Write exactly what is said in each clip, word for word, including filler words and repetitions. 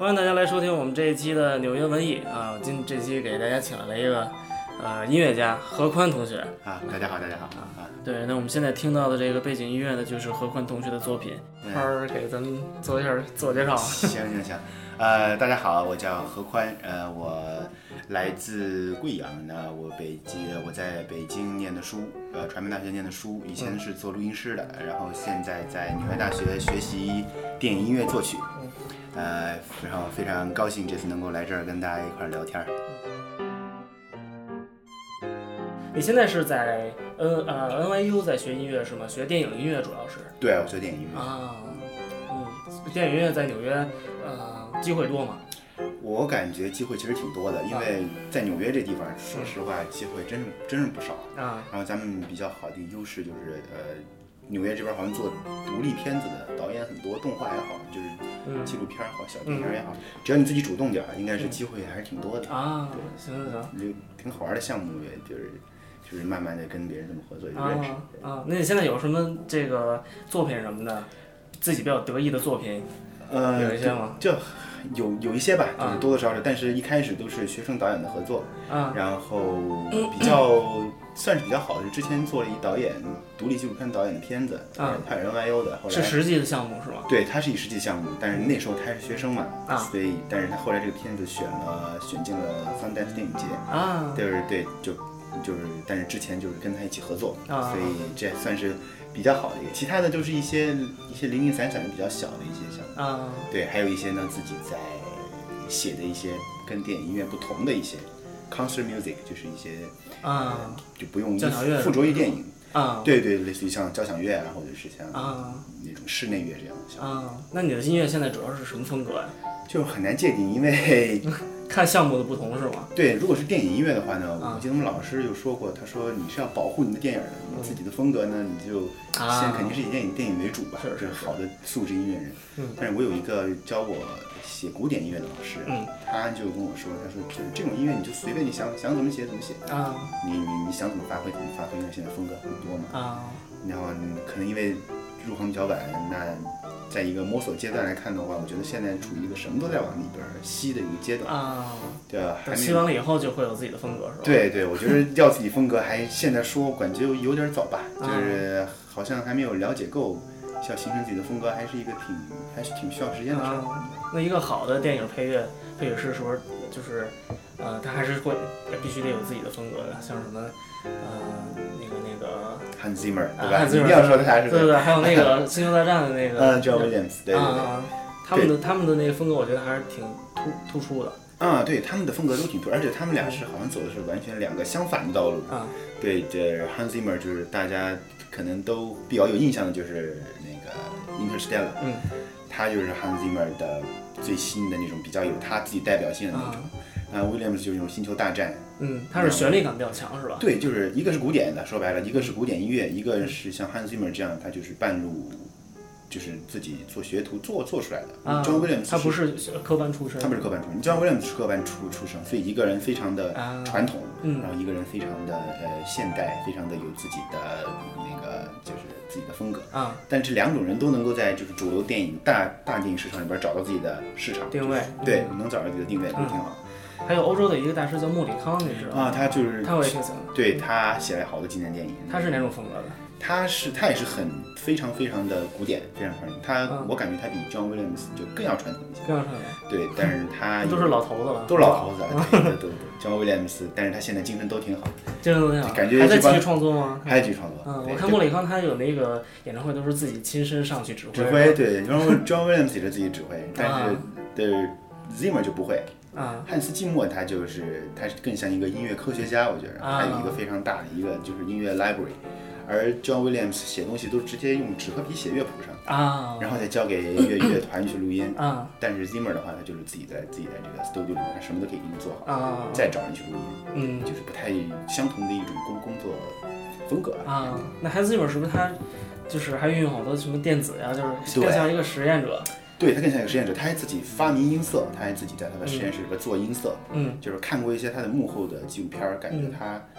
欢迎大家来收听我们这一期的纽约文艺啊！今这期给大家请来了一个呃音乐家何宽同学啊，大家好，大家好啊！ 对，那我们现在听到的这个背景音乐呢，就是何宽同学的作品。宽儿给咱们做一下自我介绍。 行行行，呃，大家好，我叫何宽，呃，我来自贵阳，那我北京我在北京念的书，呃，传媒大学念的书，以前是做录音师的，然后现在在纽约大学学习电影音乐作曲。呃，然后非常高兴这次能够来这儿跟大家一块聊天。 你现在是在 N 呃 N Y U 在学音乐是吗？学电影音乐主要是？ 对，我学电影音乐啊。嗯，电影音乐在纽约呃机会多吗？ 我感觉机会其实挺多的，因为在纽约这地方，说实话机会真是真是不少啊。 然后咱们比较好的优势就是呃。纽约这边好像做独立片子的导演很多，动画也好，就是纪录片也好，小电影也好，只要你自己主动点，应该是机会还是挺多的啊。对，行行行， 就挺好玩的项目，也就是就是慢慢的跟别人这么合作，就认识啊。那你现在有什么这个作品什么的，自己比较得意的作品？ 呃， 有一些吗？ 就有有一些吧，就是多多少少，但是一开始都是学生导演的合作， 啊， 然后比较。算是比较好的，之前做了一导演独立纪录片导演的片子，啊，他是 N Y U 的，后来是实际的项目是吗？ 对，他是以实际项目，但是那时候他是学生嘛， 啊， 所以但是他后来这个片子选了选进了 Sundance 电影节， 啊， 对对，就就是，但是之前就是跟他一起合作， 啊， 所以这算是比较好的一个，其他的就是一些一些零零散散的比较小的一些项目， 啊， 对，还有一些呢自己在写的一些跟电影音乐不同的一些。concert music 就是一些啊、 呃，就不用交响乐附着于电影啊， 对对，类似于像交响乐啊，或者是像啊那种室内乐这样的项目啊。那你的音乐现在主要是什么风格呀？ 就很难界定，因为看项目的不同是吗？ 对，如果是电影音乐的话呢，啊、我记得我们老师就说过，他说你是要保护你的电影的，你自己的风格呢，你就先肯定是以电影、啊、电影为主吧， 是是好的素质音乐人。 嗯， 但是我有一个教我写古典音乐的老师， 嗯， 他就跟我说，他说就是这种音乐你就随便你想想怎么写怎么写啊， 你你你想怎么发挥怎么发挥，因为现在风格很多嘛啊， 然后可能因为入行比较晚，那在一个摸索阶段来看的话，我觉得现在处于一个什么都在往里边吸的一个阶段啊， 对吧？ 等吸完了以后就会有自己的风格是吧？ 对对，我觉得要自己风格还现在说感觉有点早吧，就是好像还没有了解够。要形成自己的风格，还是一个挺还是挺需要时间的事儿、 啊。那一个好的电影配乐配乐师是不是就是，呃，他还是会必须得有自己的风格的，像什么，呃，那个那个 Hans Zimmer 对吧？ 汉斯你要说他是对对对，还有那个星球大战的那个嗯 John Williams 对对对、 啊，他们的他们的那个风格我觉得还是挺突突出的。 啊，对，他们的风格都挺突，而且他们俩是好像走的是完全两个相反的道路。 啊， 对，这 Hans Zimmer 就是大家可能都比较有印象的，就是那个 Interstellar， 嗯， 他就是 Hans Zimmer 的最新的那种比较有他自己代表性的那种。啊 ，Williams 就是那种星球大战。 嗯，他是旋律感比较强，是吧？ 对，就是一个是古典的，说白了，一个是古典音乐，一个是像 Hans Zimmer 这样，他就是半路。就是自己做学徒做做出来的。 啊、 John Williams 他不是科班出身， 他不是科班出身。John Williams 是科班出出身，所以一个人非常的传统， 啊嗯、 然后一个人非常的呃现代，非常的有自己的那个就是自己的风格啊。 但是两种人都能够在就是主流电影大大电影市场里边找到自己的市场定位， 就是、对，能找到自己的定位，都、嗯、挺好。 还有欧洲的一个大师叫莫里康，你知道吗？ 啊，他就是他我也挺喜欢的。 对，他写了好多经典电影。 他是哪种风格的？ 他是他也是很非常非常的古典，非常传统。他、嗯、我感觉他比 John Williams 就更要传统一些。 更要传统。 对，但是他都是老头子了。 都是老头子了，对对对对。John Williams， 但是他现在精神都挺好。 精神都挺好。 感觉还在继续创作吗？ 还在继续创作。 嗯，我看莫里康他有那个演唱会都是自己亲身上去指挥。 指挥对，然后 John Williams 也是自己指挥，但是对 Zimmer 就不会。 啊， 汉斯季默他就是他更像一个音乐科学家，我觉得、啊、他有一个非常大的一个就是音乐 library， 而 John Williams 写东西都直接用纸和笔写乐谱上啊， 然后再交给乐乐团去录音啊。 但是 Zimmer 的话，他就是自己在自己在这个 studio 里面，他什么都可以给你做好啊， 再找人去录音， 嗯， 就是不太相同的一种工工作风格啊。那 Hans Zimmer 是不是他就是还运用好多什么电子呀，就是更像一个实验者？ 对，他更像一个实验者，他还自己发明音色，他还自己在他的实验室里边做音色， 嗯， 就是看过一些他的幕后的纪录片，感觉他、嗯、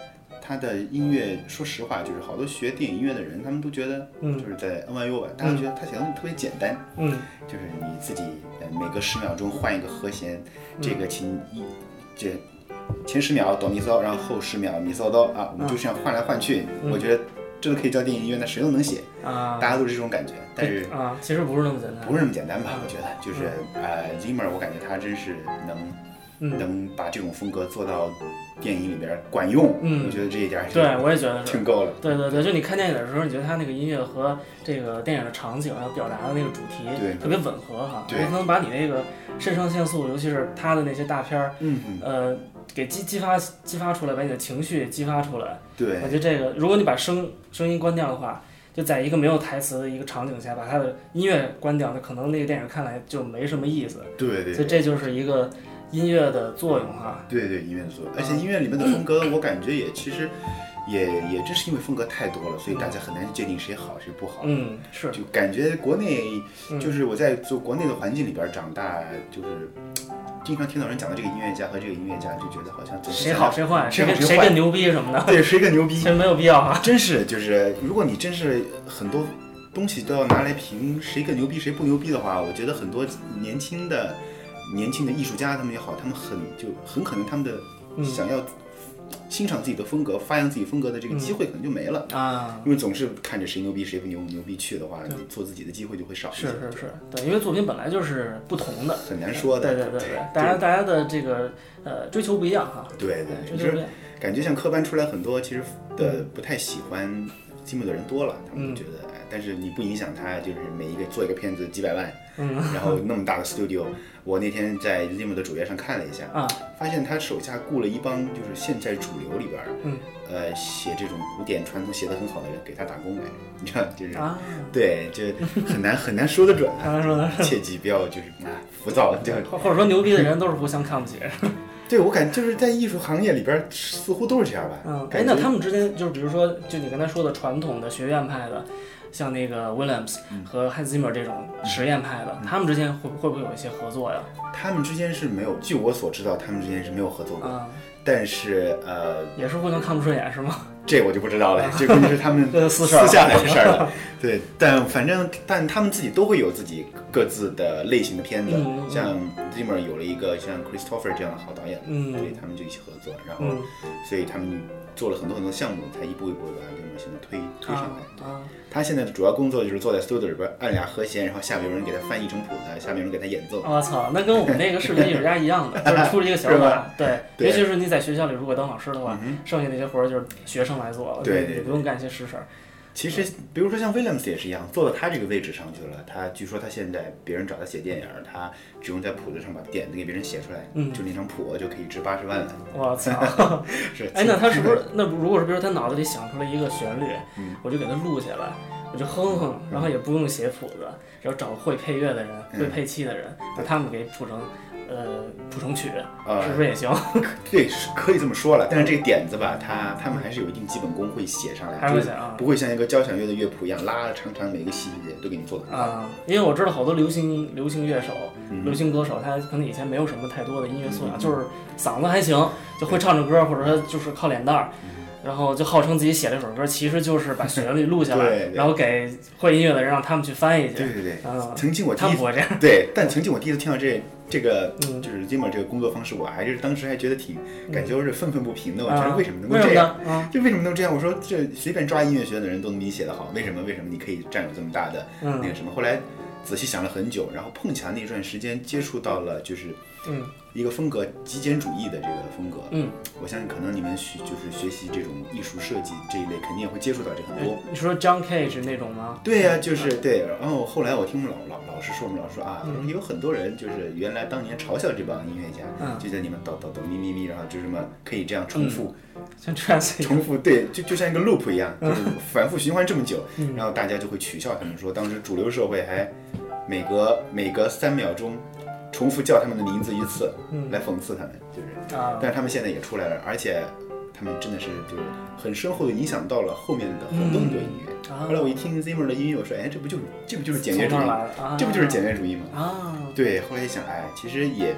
他的音乐，说实话，就是好多学电影音乐的人，他们都觉得， 嗯就是在 N Y U 吧，大家觉得他写的特别简单， 嗯， 就是你自己每隔十秒钟换一个和弦，这个琴一这前十秒哆咪嗦，然后后十秒咪嗦哆啊，我们就这样换来换去， 嗯、 我觉得这都可以叫电影音乐，那谁都能写啊， 大家都是这种感觉，但是啊，其实不是那么简单， 不是那么简单吧？我觉得就是、嗯、呃 Zimmer， 我感觉他真是能。 嗯、 能把这种风格做到电影里边管用， 嗯， 我觉得这一点对我也觉得是挺够了。 对对对，就你看电影的时候，你觉得他那个音乐和这个电影的场景要表达的那个主题对特别吻合哈， 对， 能把你那个肾上腺素，尤其是他的那些大片儿， 嗯呃，给激激发激发出来，把你的情绪激发出来。 对， 我觉得这个，如果你把声声音关掉的话，就在一个没有台词的一个场景下，把他的音乐关掉，那可能那个电影看来就没什么意思。 对 对, 对， 所以这就是一个音乐的作用哈。 对对，音乐的作用，而且音乐里面的风格，我感觉也其实也也正是因为风格太多了，所以大家很难界定谁好谁不好。 嗯，是。 就感觉国内，就是我在做国内的环境里边长大，就是经常听到人讲的这个音乐家和这个音乐家，就觉得好像谁好谁坏， 谁好谁更牛逼什么的。 对，谁更牛逼， 其实没有必要哈。 真是就是，如果你真是很多东西都要拿来评谁更牛逼谁不牛逼的话，我觉得很多年轻的年轻的艺术家他们也好，他们很就很可能他们的想要欣赏自己的风格、发扬自己风格的这个机会可能就没了、 嗯、啊， 因为总是看着谁牛逼谁不牛牛逼去的话，你做自己的机会就会少一些。 是是是，对，因为作品本来就是不同的， 很难说的。 对对对对，大家大家的这个呃追求不一样哈。 对对， 追求不一样。 感觉像科班出来很多其实的不太喜欢Zimmer的人多了，他们就觉得、嗯、但是你不影响他，就是每一个做一个片子几百万， 嗯， 然后那么大的 studio， 我那天在 Zimmer 的主页上看了一下， 啊， 发现他手下雇了一帮就是现在主流里边， 嗯， 呃，写这种古典传统写得很好的人给他打工来，你知道，就是啊， 对，就很难很难说得准、啊， 很难说得准， 切记不要就是啊浮躁，就或者说牛逼的人都是互相看不起。 对，我感觉就是在艺术行业里边似乎都是这样吧。 嗯，哎，那他们之间就是比如说，就你刚才说的传统的学院派的，像那个 Williams 和 Hans Zimmer 这种实验派的，嗯、他们之间会会不会有一些合作呀？ 他们之间是没有，据我所知道，他们之间是没有合作过。 嗯、 但是呃， 也是互相看不顺眼是吗？ 这我就不知道了，这肯定是他们私私下的事儿了。对，但反正但他们自己都会有自己各自的类型的片子， 嗯、 像 Zimmer 有了一个像 Christopher 这样的好导演， 嗯， 对他们就一起合作，然后、 嗯、 所以他们做了很多很多项目，才一步一步把 Zimmer 现在推推上来。 啊， 他现在的主要工作就是坐在 studio 里边按俩和弦，然后下面有人给他翻译成谱子，下面有人给他演奏。 我操，那跟我们那个视觉艺术家一样的，就是出了一个小板，对， 对， 尤其是你在学校里如果当老师的话， 嗯、 剩下那些活儿就是学生来做了， 对对， 你不用干一些实事儿。 其实，比如说像 Williams 也是一样，坐到他这个位置上去了。他据说他现在别人找他写电影，他只用在谱子上把点子给别人写出来， 嗯， 就那张谱就可以值八十万了。 我操！ 是， 哎，那他是不是那如果是比如他脑子里想出了一个旋律， 嗯、 我就给他录下来，我就哼哼，然后也不用写谱子，然后找会配乐的人、 嗯、 会配器的人，把他们给谱成。呃，谱成曲、 呃， 是不是也行？ 对，是可以这么说了。但是这个点子吧，他他们还是有一定基本功会写上来， 还会写啊， 不会像一个交响乐的乐谱一样拉长长，每个细节都给你做的啊。因为我知道好多流行流行乐手、 嗯、 流行歌手，他可能以前没有什么太多的音乐素养，嗯、就是嗓子还行，就会唱着歌，或者说就是靠脸蛋儿。然后就号称自己写了一首歌，其实就是把旋律录下来， 对对然后给会音乐的人让他们去翻译去。 对对对， 嗯， 曾经我他们不会这样。 对，但曾经我第一次听到这这个、 嗯、 就是 Zimmer 这个工作方式，我还是当时还觉得挺感觉是愤愤不平的。 嗯、 我觉得为什么能够这样？ 啊、 就为什么能这样？我说这随便抓音乐学院的人都能比你写得好，为什么？为什么你可以占有这么大的那个什么？ 嗯、 后来仔细想了很久，然后碰巧那段时间接触到了就是嗯。 一个风格极简主义的这个风格， 嗯， 我相信可能你们学就是学习这种艺术设计这一类，肯定也会接触到这很多。 你说 John Cage 那种吗？ 对呀、啊，就是对。然后后来我听老老老师说，我们老师说啊， 嗯、 有很多人就是原来当年嘲笑这帮音乐家， 嗯、 就在你们哆哆哆咪咪咪，然后就这么可以这样重复， 嗯、像 trance 重复，对，就就像一个 loop 一样，就是反复循环这么久， 嗯、 然后大家就会取笑他们说，当时主流社会还每隔每隔三秒钟。重复叫他们的名字一次， 嗯、 来讽刺他们，就是， 啊、 但是他们现在也出来了，而且他们真的是就是很深厚的影响到了后面的很多很多音乐。 嗯啊、 后来我一听 Zimmer 的音乐，我说，哎，这不就是这不就是简约主义？ 啊、 这不就是简约主义吗？ 啊， 对，后来一想，哎，其实也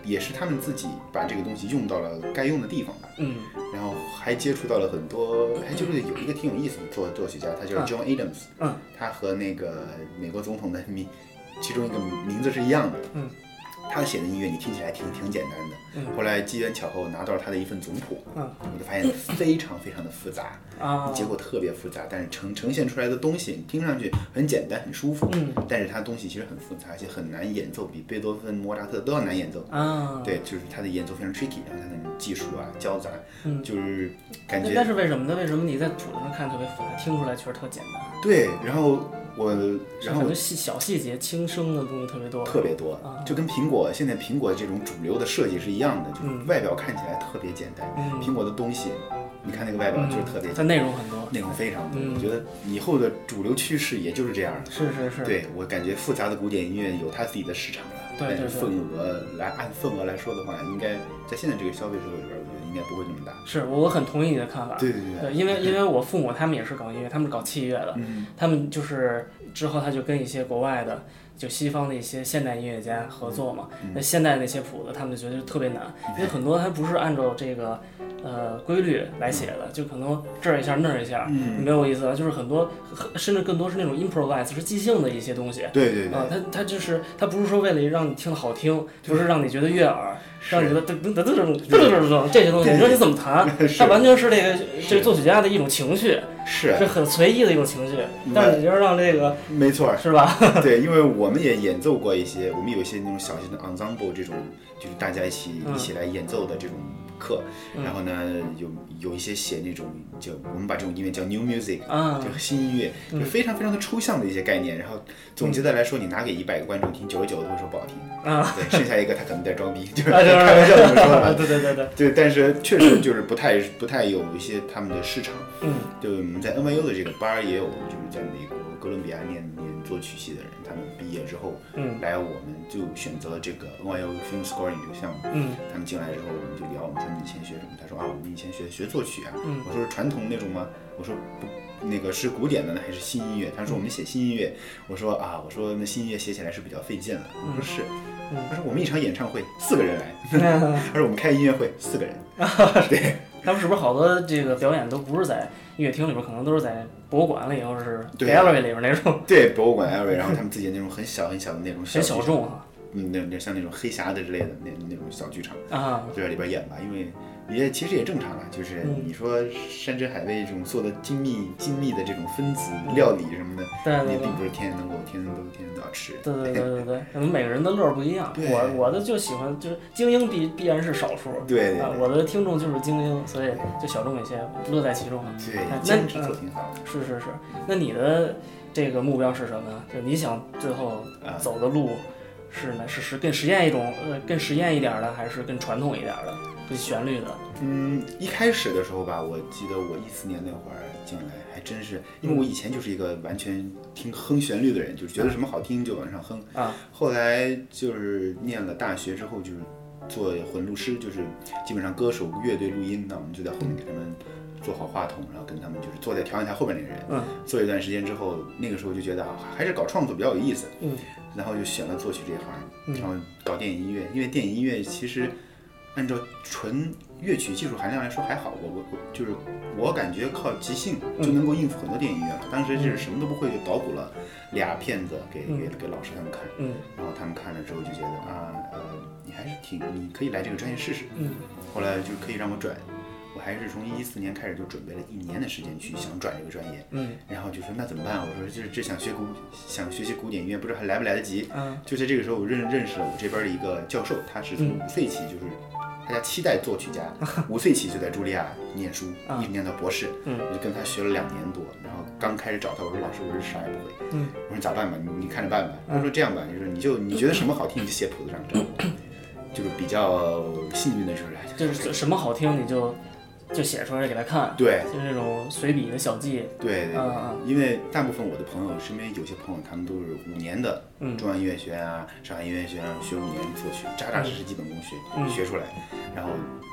也是他们自己把这个东西用到了该用的地方吧。 嗯， 然后还接触到了很多，还就是有一个挺有意思的作作曲家，他叫 John Adams， 嗯， 他和那个美国总统的名其中一个名字是一样的。 嗯。 他写的音乐你听起来挺挺简单的，嗯、后来机缘巧合拿到了他的一份总谱，嗯，我就发现非常非常的复杂，啊，结果特别复杂，但是呈呈现出来的东西听上去很简单很舒服，嗯，但是他东西其实很复杂，而且很难演奏，比贝多芬、莫扎特都要难演奏，啊，对，就是他的演奏非常 tricky， 然后他的技术啊交杂，嗯，就是感觉， 但是为什么呢？为什么你在谱子上看特别复杂，听出来确实特简单？ 对，然后。我然后很多细小细节、轻声的东西特别多， 特别多，啊、就跟苹果现在苹果这种主流的设计是一样的，就是外表看起来特别简单。嗯、苹果的东西，你看那个外表就是特别简单， 它、嗯、内容很多， 内容非常多。嗯、我觉得以后的主流趋势也就是这样的。 是是是。 对，我感觉复杂的古典音乐有它自己的市场了， 对对对， 但是份额来按份额来说的话，应该在现在这个消费社会里边，我觉得应该不会那么大。 是，我很同意你的看法。 对对对。 对，因为因为我父母他们也是搞音乐，他们是搞器乐的，嗯、他们就是之后他就跟一些国外的。就西方的一些现代音乐家合作嘛，嗯、那现代那些谱子，他们就觉得特别难，嗯、因为很多它不是按照这个呃规律来写的，就可能这儿一下那儿一下，嗯、没有意思。就是很多甚至更多是那种 improvise 是即兴的一些东西。 对对对。啊、 呃，它它就是它不是说为了让你听得好听，不是让你觉得悦耳，让你觉得噔噔噔噔噔噔噔这些东西，你说你怎么弹？它完全是这个这个作曲家的一种情绪。 是， 是很随意的一种情绪，但是你就是让这个， 没错， 是吧？ 对，因为我们也演奏过一些，我们有一些那种小型的 ensemble 这种，就是大家一起、嗯、一起来演奏的这种课，嗯、然后呢，有有一些写那种叫我们把这种音乐叫 new music，啊，就是新音乐，嗯、就非常非常的抽象的一些概念，然后总结的来说，你拿给一百个观众听，九十九都会说不好听，啊，对，剩下一个他可能在装逼，就是开玩笑这么说的， 对对对对， 对，但是确实就是不太不太有一些他们的市场，嗯，就。在 N Y U 的这个班也有，就是在美国哥伦比亚念念作曲系的人，他们毕业之后，嗯，来我们就选择了这个 N Y U Film Scoring 这个项目，嗯，他们进来之后，我们就聊，我们说你以前学什么？他说啊，我们以前学学作曲啊，嗯，我说是传统那种吗？我说不，那个是古典的呢还是新音乐？他说我们写新音乐，我说啊，我说那新音乐写起来是比较费劲了，我说是，嗯、他说我们一场演唱会四个人来，他说我们开音乐会四个人，对。 他们是不是好多这个表演都不是在音乐厅里边，可能都是在博物馆里，或者是 gallery 里边那种？ 对，博物馆 gallery， 然后他们自己那种很小很小的那种小很小众啊， 嗯，那那像那种黑匣子之类的那那种小剧场啊，就在里边演吧，因为也其实也正常了，就是你说山珍海味这种做的精密精密的这种分子料理什么的， 对、嗯， 也并不是天天能够天天都天天都要吃。 对对对对对，可能每个人的乐不一样。我我的就喜欢就是精英必必然是少数， 对 对, 对、 啊，我的听众就是精英，所以就小众一些，乐在其中。 对，坚持做挺好的、 嗯。是是是，那你的这个目标是什么呢？就你想最后走的路是呢？是是更实验一种呃更实验一点的，还是更传统一点的？更旋律的？ 嗯，一开始的时候吧，我记得我一四年那会儿进来，还真是，因为我以前就是一个完全听哼旋律的人，就是觉得什么好听就往上哼啊。后来就是念了大学之后，就是做混录师，就是基本上歌手乐队录音，那我们就在后面给他们做好话筒，然后跟他们就是坐在调音台后边那个人，嗯，做一段时间之后，那个时候就觉得啊，还是搞创作比较有意思，嗯，然后就选了作曲这一行，然后搞电影音乐，因为电影音乐其实。按照纯乐曲技术含量来说还好，我我我就是我感觉靠即兴就能够应付很多电影音乐了。当时就是什么都不会，就捣鼓了俩片子给给给老师他们看，嗯，然后他们看了之后就觉得啊呃你还是挺你可以来这个专业试试，嗯，后来就可以让我转。我还是从一四年开始就准备了一年的时间去想转这个专业，嗯，然后就说那怎么办？我说就是只想学古想学习古典音乐，不知道还来不来得及。嗯，就在这个时候，我认认识了我这边的一个教授，他是从五岁起就是他家七代作曲家，五岁起就在茱莉亚念书，一直念到博士。嗯，我就跟他学了两年多，然后刚开始找他，我说老师，我是啥也不会。嗯，我说咋办吧？你你看着办吧。他说这样吧，就是你就你觉得什么好听你就写谱子上找我，就是比较幸运的就是就是什么好听你就。就写出来给他看， 对， 就是那种随笔的小记， 对对对、嗯，因为大部分我的朋友身边有些朋友，他们都是五年的中央音乐学院啊、上海音乐学院学五年作曲，扎扎实实基本功学、嗯、学出来，然后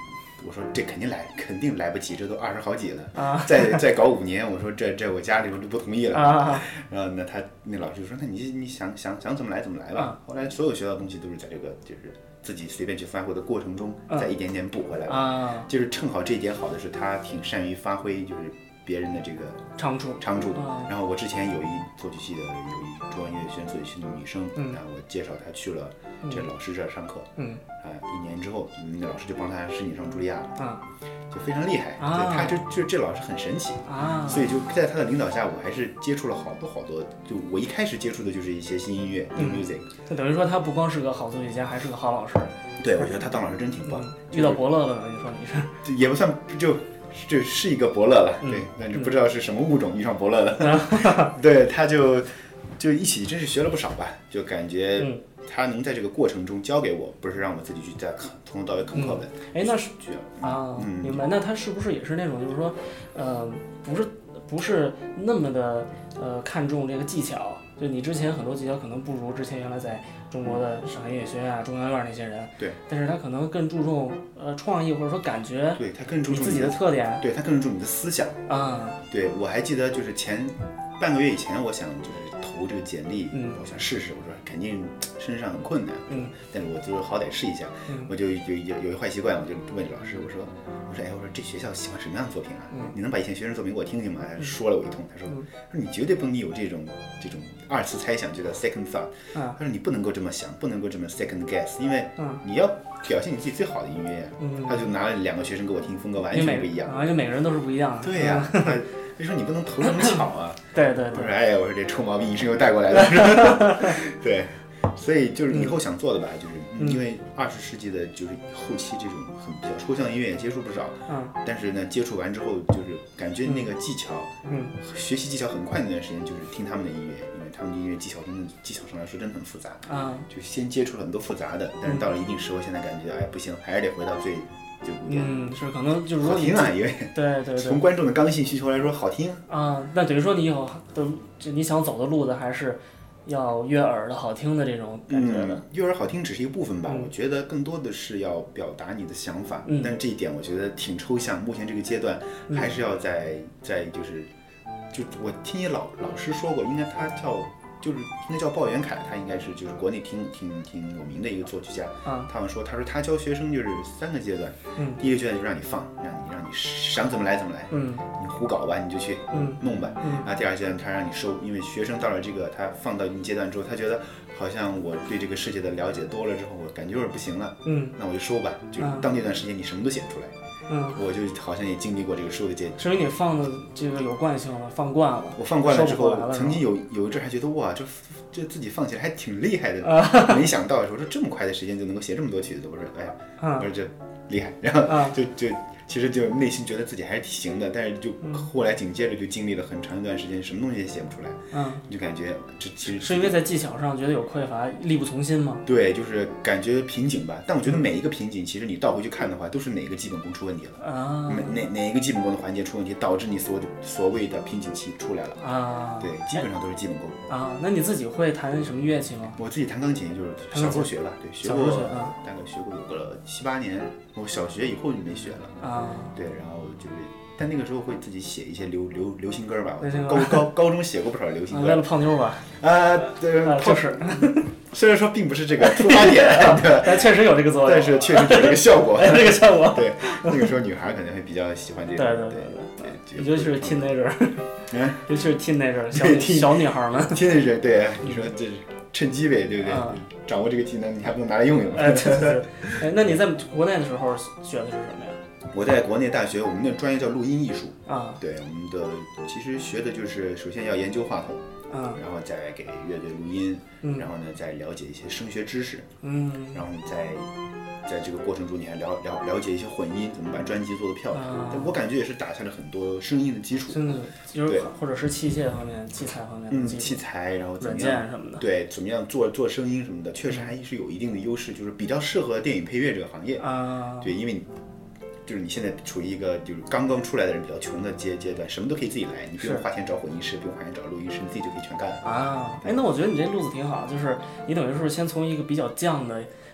我说这肯定来，肯定来不及，这都二十好几了， 啊、 再再搞五年，我说这这我家里头就不同意了。 啊、 然后呢，他那老师就说，那你你想想想怎么来怎么来吧。啊、后来所有学到的东西都是在这个就是自己随便去发挥的过程中，再一点点补回来的。啊、就是正好这一点好的是，他挺善于发挥，就是别人的这个长处长处。啊、然后我之前有一作曲系的有一中央音乐学院作曲系的女生，嗯、然后我介绍她去了这老师这儿上课。嗯。啊，一年之后，那老师就帮她申请上茱莉亚。啊。就非常厉害，啊、对，他就就这老师很神奇啊，所以就在他的领导下，我还是接触了好多好多。就我一开始接触的就是一些新音乐 ，new music。 就等于说他不光是个好作曲家，还是个好老师。 对，我觉得他当老师真挺棒。 嗯、遇到伯乐了呢？你说你是？也不算，就这是一个伯乐了，对，但是不知道是什么物种遇上伯乐了。嗯、对，他就就一起真是学了不少吧，就感觉。嗯他能在这个过程中教给我，不是让我自己去再从头到尾啃课本。 哎、嗯，那是啊，嗯、明白。那他是不是也是那种，就是说，呃，不是不是那么的呃看重这个技巧？就你之前很多技巧可能不如之前原来在中国的上海音乐学院啊、中央院那些人。 对。 但是他可能更注重呃创意或者说感觉。 对他更注重自己的特点。 对他更注重你的思想啊。对，我还记得就是前半个月以前，我想就是。投这个简历，嗯，我想试试，我说肯定身上很困难，嗯，但是我就好歹试一下，嗯，我就有有有一坏习惯，我就问老师，我说，我说，哎，我说这学校喜欢什么样的作品啊？嗯，你能把以前学生作品给我听听吗？他说了我一通，他说，嗯、说你绝对不能有这种这种二次猜想，就叫 second thought，啊，他说你不能够这么想，不能够这么 second guess， 因为你要表现你自己最好的音乐，嗯，他就拿了两个学生给我听，风格完全不一样， 啊，就每个人都是不一样的， 对呀、啊。就说你不能投这么巧啊！ 对对对， 我说哎呀，我说这臭毛病一身又带过来了，对，所以就是以后想做的吧，就是、嗯、因为二十世纪的就是后期这种很比较抽象音乐也接触不少，嗯，但是呢，接触完之后就是感觉那个技巧，嗯，学习技巧很快那段时间就是听他们的音乐，因为他们的音乐技巧真的技巧上来说真的很复杂，啊、嗯，就先接触了很多复杂的，但是到了一定时候，现在感觉哎不行，还是得回到最。 嗯，是可能就是说好听啊，因为对对对， 从观众的刚性需求来说好听啊。那等于说你以后的就你想走的路子还是要悦耳的好听的这种感觉的。 嗯、悦耳好听只是一个部分吧，嗯、我觉得更多的是要表达你的想法。嗯，但这一点我觉得挺抽象，目前这个阶段还是要在在就是就我听一老老师说过，应该他叫。就是应该叫鲍元凯，他应该是就是国内挺挺挺有名的一个作曲家。啊，他们说，他说他教学生就是三个阶段。嗯，第一个阶段就让你放，让你让你想怎么来怎么来。嗯，你胡搞吧，你就去弄吧。嗯，然后第二阶段他让你收，因为学生到了这个他放到一定阶段之后，他觉得好像我对这个世界的了解多了之后，我感觉有点不行了。嗯，那我就收吧。就当那段时间你什么都写不出来。嗯，我就好像也经历过这个收的阶段， 是因为你放的这个有惯性了，放惯了。 我放惯了之后，曾经有有一阵还觉得哇，这这自己放起来还挺厉害的，啊、没想到我说这么快的时间就能够写这么多曲子，我说哎呀，啊、我说这厉害，然后就就其实就内心觉得自己还是挺行的，但是就后来紧接着就经历了很长一段时间，什么东西也写不出来，嗯，就感觉这其实是因为在技巧上觉得有匮乏，力不从心吗？ 对，就是感觉瓶颈吧。但我觉得每一个瓶颈，其实你倒回去看的话，都是哪个基本功出问题了啊？哪哪一个基本功的环节出问题，导致你所所谓的瓶颈期出来了啊？对，基本上都是基本功啊。那你自己会弹什么乐器吗？ 我自己弹钢琴，就是小时候学吧，对，学过，大概学过有个七八年。我小学以后就没学了啊，对，然后就是，但那个时候会自己写一些流流流行歌吧，高高高中写过不少流行歌， 为了泡妞吧？ 啊，对，就是，虽然说并不是这个出发点，对， 但确实有这个作用， 但是确实有这个效果， 这个效果， 对，那个时候女孩可能会比较喜欢这个， 对对对对，尤其是 teenager， 嗯，尤其是 teenager 小小女孩们 ，teenager， 对，你说这是。趁机呗，对不对？嗯、掌握这个技能，你还不能拿来用用。 哎，对对对。哎，那你在国内的时候学的是什么呀？ 我在国内大学，我们的专业叫录音艺术啊。对，我们的其实学的就是首先要研究话筒，啊，然后再给乐队录音，嗯、然后呢再了解一些声学知识，嗯，然后你再在这个过程中你还了了了解一些混音，怎么把专辑做得漂亮。啊、我感觉也是打下了很多声音的基础。 真的，就是或者是器械方面、器材方面的嗯，器材，然后怎么样软件什么的， 对，怎么样做做声音什么的，确实还是有一定的优势，就是比较适合电影配乐这个行业啊。对，因为你就是你现在处于一个就是刚刚出来的人比较穷的阶阶段，什么都可以自己来，你不用花钱找混音师，不用花钱找录音师，你自己就可以全干啊。 哎，那我觉得你这路子挺好，就是你等于是先从一个比较降的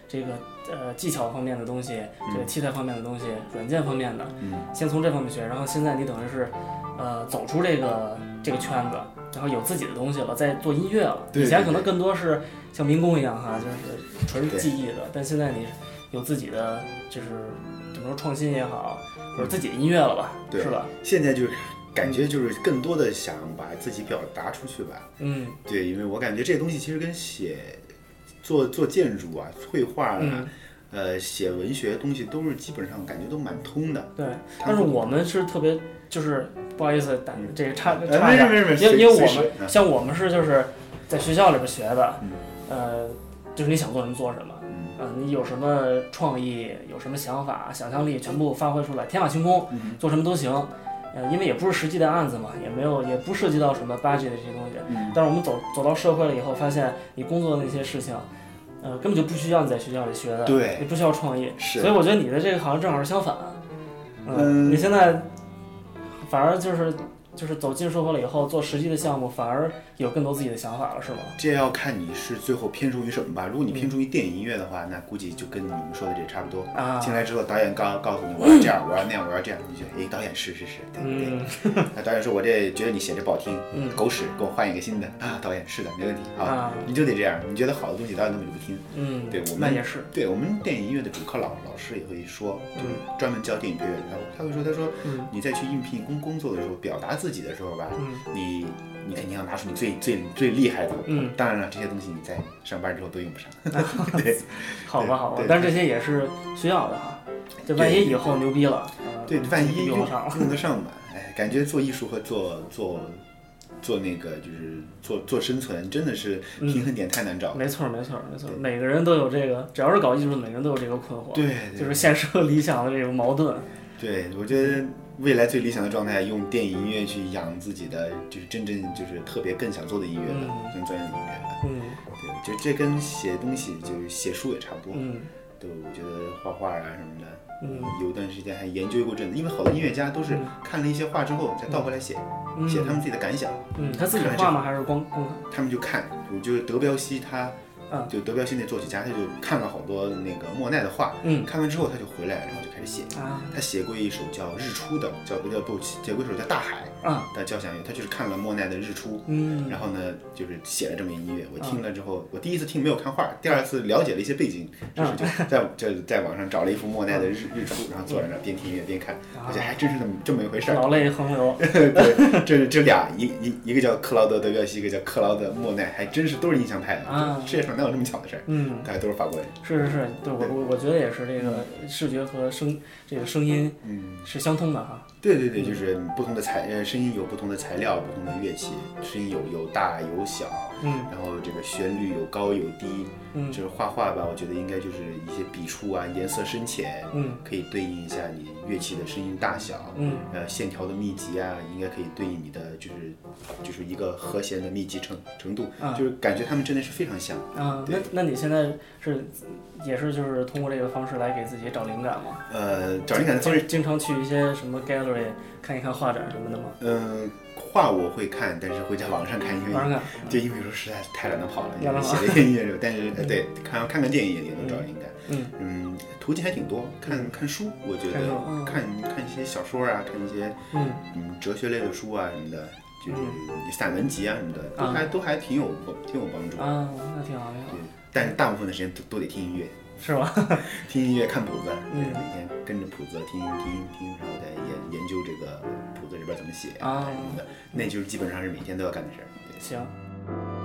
这个呃技巧方面的东西，这个器材方面的东西，软件方面的， 嗯， 先从这方面学，然后现在你等于是呃走出这个这个圈子，然后有自己的东西了，在做音乐了。 对对对， 以前可能更多是像民工一样哈，就是纯技艺的，但现在你有自己的就是怎么说创新也好，或者自己的音乐了吧， 对， 是吧？ 现在就是感觉就是更多的想把自己表达出去吧。 嗯， 对，因为我感觉这个东西其实跟写做做建筑啊、绘画啊。嗯呃，写文学东西都是基本上感觉都蛮通的。 对，但是我们是特别，就是不好意思，打这个插插一下， 因为因为我们像我们是就是在学校里边学的， 嗯、 呃，就是你想做什么做什么，嗯、呃，你有什么创意，有什么想法，想象力全部发挥出来，天马行空， 嗯、 做什么都行。呃，因为也不是实际的案子嘛，也没有，也不涉及到什么 budget 的这些东西。 嗯、 但是我们走走到社会了以后，发现你工作的那些事情。呃，根本就不需要你在学校里学的， 对， 你不需要创意， 是。 所以我觉得你的这个好像正好是相反，嗯， 嗯你现在反而就是就是走进社会了以后做实际的项目，反而有更多自己的想法了，是吗？ 这要看你是最后偏重于什么吧。如果你偏重于电影音乐的话，嗯、那估计就跟你们说的这差不多。 啊， 进来之后，导演告告诉你我要这样，我要那样，我要这样，你就哎，导演是是是，对对对。那导演说我这觉得你写这不好听， 嗯， 狗屎，给我换一个新的啊。导演是的，没问题啊，你就得这样。你觉得好的东西，导演根本就不听。 嗯， 对我们那也是。 对我们电影音乐的主课老老师也会说，就是专门教电影配乐的，他会说，他说， 嗯， 你再去应聘工工作的时候，表达自己的时候吧， 嗯， 你你肯定要拿出你最最最厉害的。 嗯， 当然了，这些东西你在上班之后都用不上。对， 好吧好吧，但是这些也是需要的哈。这万一以后牛逼了， 对，万一用得上用得上吧？哎，感觉做艺术和做做做那个就是做做生存，真的是平衡点太难找。 没错没错没错，每个人都有这个，只要是搞艺术的，每个人都有这个困惑。 对， 就是现实和理想的这个矛盾。 对，我觉得未来最理想的状态，用电影音乐去养自己的，就是真正就是特别更想做的音乐吧，更专业的音乐吧。 嗯， 对，就这跟写东西，就是写书也差不多。 嗯， 对，我觉得画画啊什么的。 嗯， 有段时间还研究过阵子，因为好多音乐家都是看了一些画之后再倒回来写， 嗯、 写他们自己的感想。 嗯，他自己画吗？还是光光看？ 他们就看，我就是德彪西他， 嗯、 就德彪西那作曲家，他就看了好多那个莫奈的画， 嗯， 看完之后他就回来，然后就开始写。 啊， 他写过一首叫《日出》的，叫不叫不写过一首叫《大海》的交响乐，他就是看了莫奈的《日出》， 嗯， 然后呢就是写了这么一音乐。我听了之后，我第一次听没有看画，第二次了解了一些背景，就是就在就在网上找了一幅莫奈的日日出，然后坐在那边听音乐边看，我觉得还真是这么这么一回事儿。 老泪横流。 对，这这俩一一一个叫克劳德德彪西，一个叫克劳德莫奈，还真是都是印象派的。啊，世界上哪有这么巧的事儿？ 嗯， 大家都是法国人。 是是是，对我我我觉得也是，这个视觉和声这个声音， 嗯， 是相通的哈。 对对对，就是不同的材呃声音有不同的材料，不同的乐器，声音有有大有小， 嗯， 然后这个旋律有高有低， 嗯， 就是画画吧，我觉得应该就是一些笔触啊，颜色深浅， 嗯， 可以对应一下你乐器的声音大小， 嗯， 呃，线条的密集啊，应该可以对应你的就是就是一个和弦的密集程程度， 啊、 就是感觉他们真的是非常像啊。那那你现在是也是就是通过这个方式来给自己找灵感吗？ 呃，找灵感的方式， 经常去一些什么 gallery 看一看画展什么的吗？ 嗯、呃。画我会看，但是会在网上看，因为对，因为有时候实在太懒得跑了，因为写了一些音乐，但是呃对，看看看电影也能找灵感。 嗯嗯，途径还挺多，看看书，我觉得看看一些小说啊，看一些嗯嗯哲学类的书啊什么的，就是散文集啊什么的，都还都还挺有挺有帮助啊，那挺好，挺好。 但是大部分的时间都都得听音乐。 是吧？ 听音乐看谱子， 嗯， 每天跟着谱子听听听，然后再研研究这个谱子里边怎么写啊什么的，那就是基本上是每天都要干的事儿。 行。